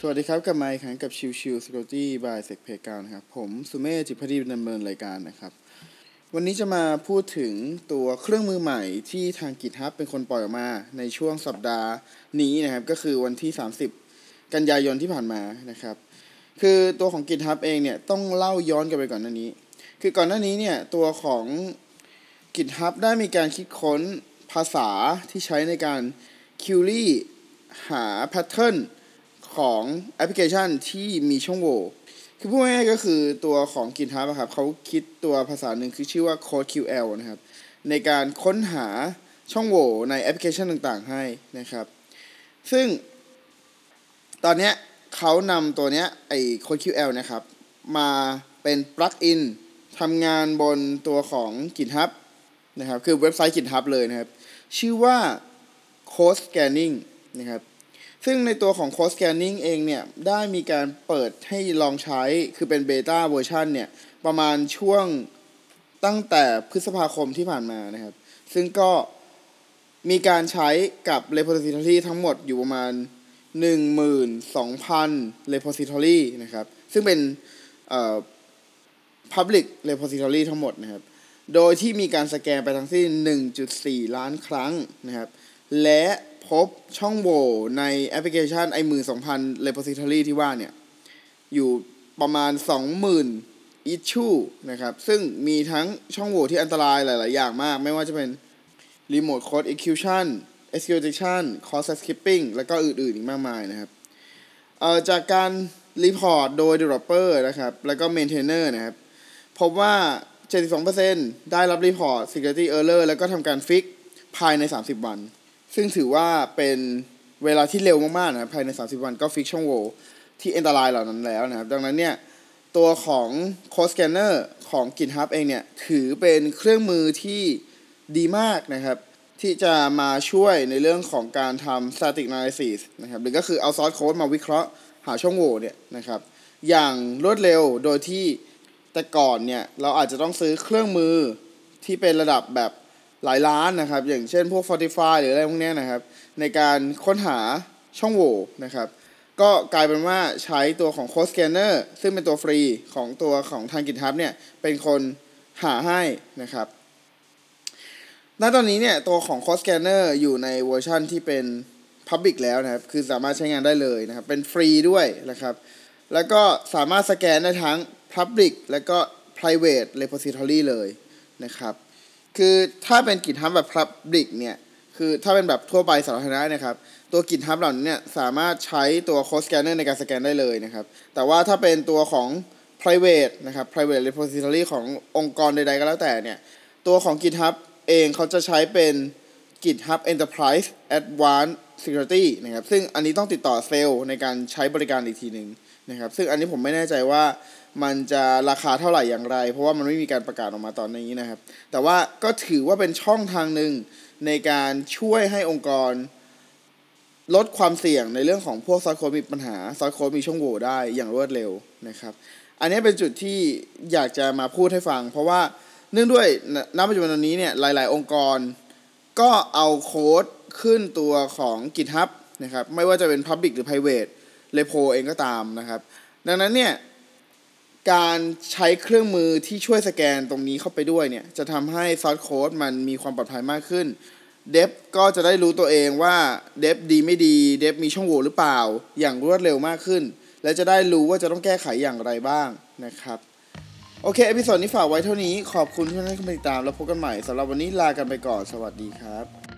สวัสดีครับกลับมาอีกครั้งกับชิว Security by SecPayGround นะครับผมสุเมธ จิตพัฒน์ดำเนินรายการนะครับวันนี้จะมาพูดถึงตัวเครื่องมือใหม่ที่ทาง GitHub เป็นคนปล่อยออกมาในช่วงสัปดาห์นี้นะครับก็คือวันที่30กันยายนที่ผ่านมานะครับคือตัวของ GitHub เองเนี่ยต้องเล่าย้อนกันไปก่อนหน้านี้คือก่อนหน้านี้เนี่ยตัวของ GitHub ได้มีการคิดค้นภาษาที่ใช้ในการ query หา patternของแอปพลิเคชันที่มีช่องโหว่คือพูดง่ายๆก็คือตัวของ GitHub ครับเขาคิดตัวภาษาหนึ่งคือชื่อว่า CodeQL นะครับในการค้นหาช่องโหว่ในแอปพลิเคชันต่างๆให้นะครับซึ่งตอนนี้เขานำตัวนี้ไอ้ CodeQL นะครับมาเป็นปลั๊กอินทำงานบนตัวของ GitHub นะครับคือเว็บไซต์ GitHub เลยนะครับชื่อว่า Code Scanning นะครับซึ่งในตัวของ Code Scanning เองเนี่ยได้มีการเปิดให้ลองใช้คือเป็นเบต้าเวอร์ชันเนี่ยประมาณช่วงตั้งแต่พฤษภาคมที่ผ่านมานะครับซึ่งก็มีการใช้กับ repository ทั้งหมดอยู่ประมาณ 12,000 repository นะครับซึ่งเป็นpublic repository ทั้งหมดนะครับโดยที่มีการสแกนไปทั้งสิ้น 1.4 ล้านครั้งนะครับและพบช่องโหว่ในแอปพลิเคชัน12,000 repository ที่ว่าเนี่ยอยู่ประมาณ 20,000 issue นะครับซึ่งมีทั้งช่องโหว่ที่อันตรายหลายๆอย่างมากไม่ว่าจะเป็น remote code execution exploitation cross skipping แล้วก็อื่นๆอีกมากมายนะครับจากการรีพอร์ตโดย developer นะครับแล้วก็ maintainer นะครับพบว่า 72% ได้รับรีพอร์ต security error แล้วก็ทำการฟิกภายใน30วันซึ่งถือว่าเป็นเวลาที่เร็วมากๆนะครับภายใน30วันก็ฟิกช่องโหว่ที่อันตรายเหล่านั้นแล้วนะครับดังนั้นเนี่ยตัวของ Code Scanner ของ GitHub เองเนี่ยถือเป็นเครื่องมือที่ดีมากนะครับที่จะมาช่วยในเรื่องของการทำ static analysis นะครับหรือก็คือเอา source code มาวิเคราะห์หาช่องโหว่เนี่ยนะครับอย่างรวดเร็วโดยที่แต่ก่อนเนี่ยเราอาจจะต้องซื้อเครื่องมือที่เป็นระดับแบบหลายล้านนะครับอย่างเช่นพวก Fortify หรืออะไรพวกนี้นะครับในการค้นหาช่องโหว่นะครับก็กลายเป็นว่าใช้ตัวของ Code Scanner ซึ่งเป็นตัวฟรีของตัวของทาง GitHub เนี่ยเป็นคนหาให้นะครับณตอนนี้เนี่ยตัวของ Code Scanner อยู่ในเวอร์ชันที่เป็น Public แล้วนะครับคือสามารถใช้งานได้เลยนะครับเป็นฟรีด้วยนะครับแล้วก็สามารถสแกนได้ทั้ง Public แล้วก็ Private Repository เลยนะครับคือถ้าเป็น GitHub แบบ Public เนี่ยคือถ้าเป็นแบบทั่วไปสาธารณะนะครับตัว GitHub เหล่านี้เนี่ยสามารถใช้ตัว Code Scanner ในการสแกนได้เลยนะครับแต่ว่าถ้าเป็นตัวของ Private นะครับ Private Repository ขององค์กรใดๆก็แล้วแต่เนี่ยตัวของ GitHub เองเขาจะใช้เป็น GitHub Enterprise Advanced Security นะครับซึ่งอันนี้ต้องติดต่อเซลล์ในการใช้บริการอีกทีนึงนะครับซึ่งอันนี้ผมไม่แน่ใจว่ามันจะราคาเท่าไหร่อย่างไรเพราะว่ามันไม่มีการประกาศออกมาตอนนี้นะครับแต่ว่าก็ถือว่าเป็นช่องทางหนึ่งในการช่วยให้องค์กรลดความเสี่ยงในเรื่องของพวกซอร์สโค้ดมีปัญหาซอร์สโค้ดมีช่องโหว่ได้อย่างรวดเร็วนะครับอันนี้เป็นจุดที่อยากจะมาพูดให้ฟังเพราะว่าเนื่องด้วยณปัจจุบันนี้เนี่ยหลายๆองค์กรก็เอาโค้ดขึ้นตัวของ GitHub นะครับไม่ว่าจะเป็น Public หรือ Private Repo เองก็ตามนะครับดังนั้นเนี่ยการใช้เครื่องมือที่ช่วยสแกนตรงนี้เข้าไปด้วยเนี่ยจะทำให้ซอร์สโค้ดมันมีความปลอดภัยมากขึ้นเดฟก็จะได้รู้ตัวเองว่าเดฟดีไม่ดีเดฟมีช่องโหว่หรือเปล่าอย่างรวดเร็วมากขึ้นและจะได้รู้ว่าจะต้องแก้ไขอย่างไรบ้างนะครับโอเคเอพิโซดนี้ฝากไว้เท่านี้ขอบคุณที่ให้ติดตามแล้วพบกันใหม่สำหรับวันนี้ลากันไปก่อนสวัสดีครับ